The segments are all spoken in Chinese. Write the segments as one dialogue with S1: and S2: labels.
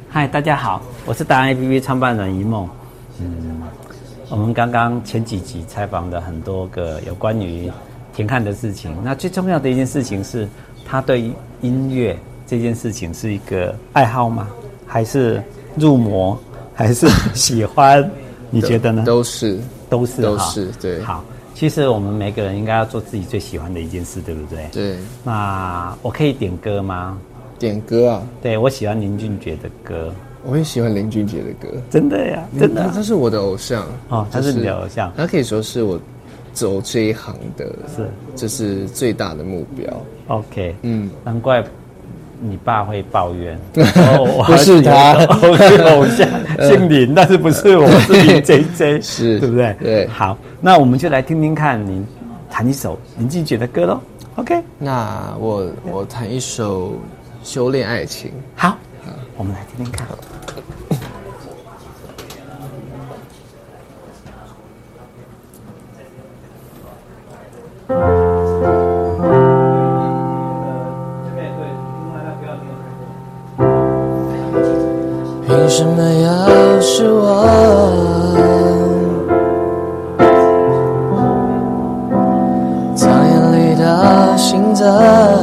S1: 嗨，大家好，我是达人 APP 创办人一梦。我们刚刚前几集采访了很多个有关于田汉的事情，那最重要的一件事情是，他对音乐这件事情是一个爱好吗？还是入魔？还是喜欢？你觉得呢？
S2: 都是，对。
S1: 好，其实我们每个人应该要做自己最喜欢的一件事，对不对？
S2: 对。
S1: 那我可以点歌吗？
S2: 点歌啊？
S1: 对，我喜欢林俊杰的歌。
S2: 我也喜欢林俊杰的歌，
S1: 真的呀，真的、
S2: 他是我的偶像
S1: 哦，他是你的偶像，
S2: 他可以说是我走这一行的，
S1: 是，
S2: 这是最大的目标。
S1: OK， 难怪你爸会抱怨，
S2: 不是他，
S1: 偶像姓林，但是不是我，是林 JJ，
S2: 是，
S1: 对不对？
S2: 对，
S1: 好，那我们就来听听看你弹一首林俊杰的歌咯。OK，
S2: 那我弹一首《修炼爱情》。
S1: 好，我们来听听看。
S2: 凭什么要是我藏眼里的心脏，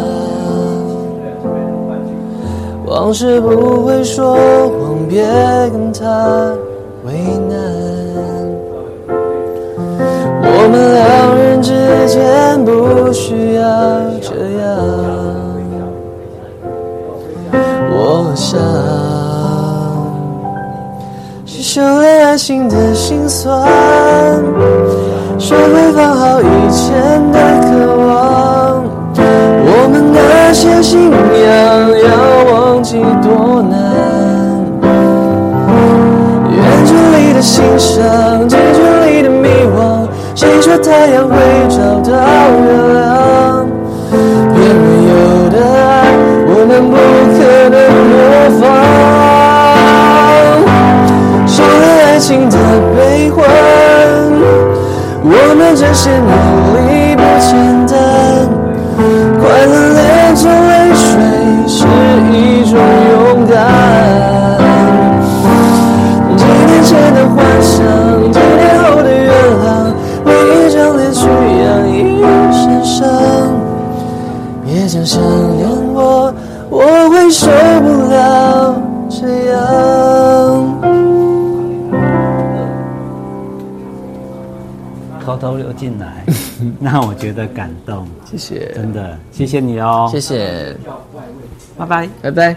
S2: 往事不会说谎，别跟他为难，我们两人之间不需要这样，我想修炼爱情的心酸，学会放好以前的渴望，我们那些信仰要忘记多难，远距离的欣赏，近距离的迷惘，谁说太阳会找到月亮？别人有的爱，我们不可能模仿，爱情的悲欢，我们这些努力不简单，快乐连成泪水是一种勇敢，几年前的幻想，几年后的原谅，每一张脸去养一身伤，别讲想念我会受不了这样。
S1: 偷偷溜进来，让我觉得感动。
S2: 谢谢，
S1: 真的，谢谢你哦。
S2: 谢谢，
S1: 拜拜，
S2: 拜拜。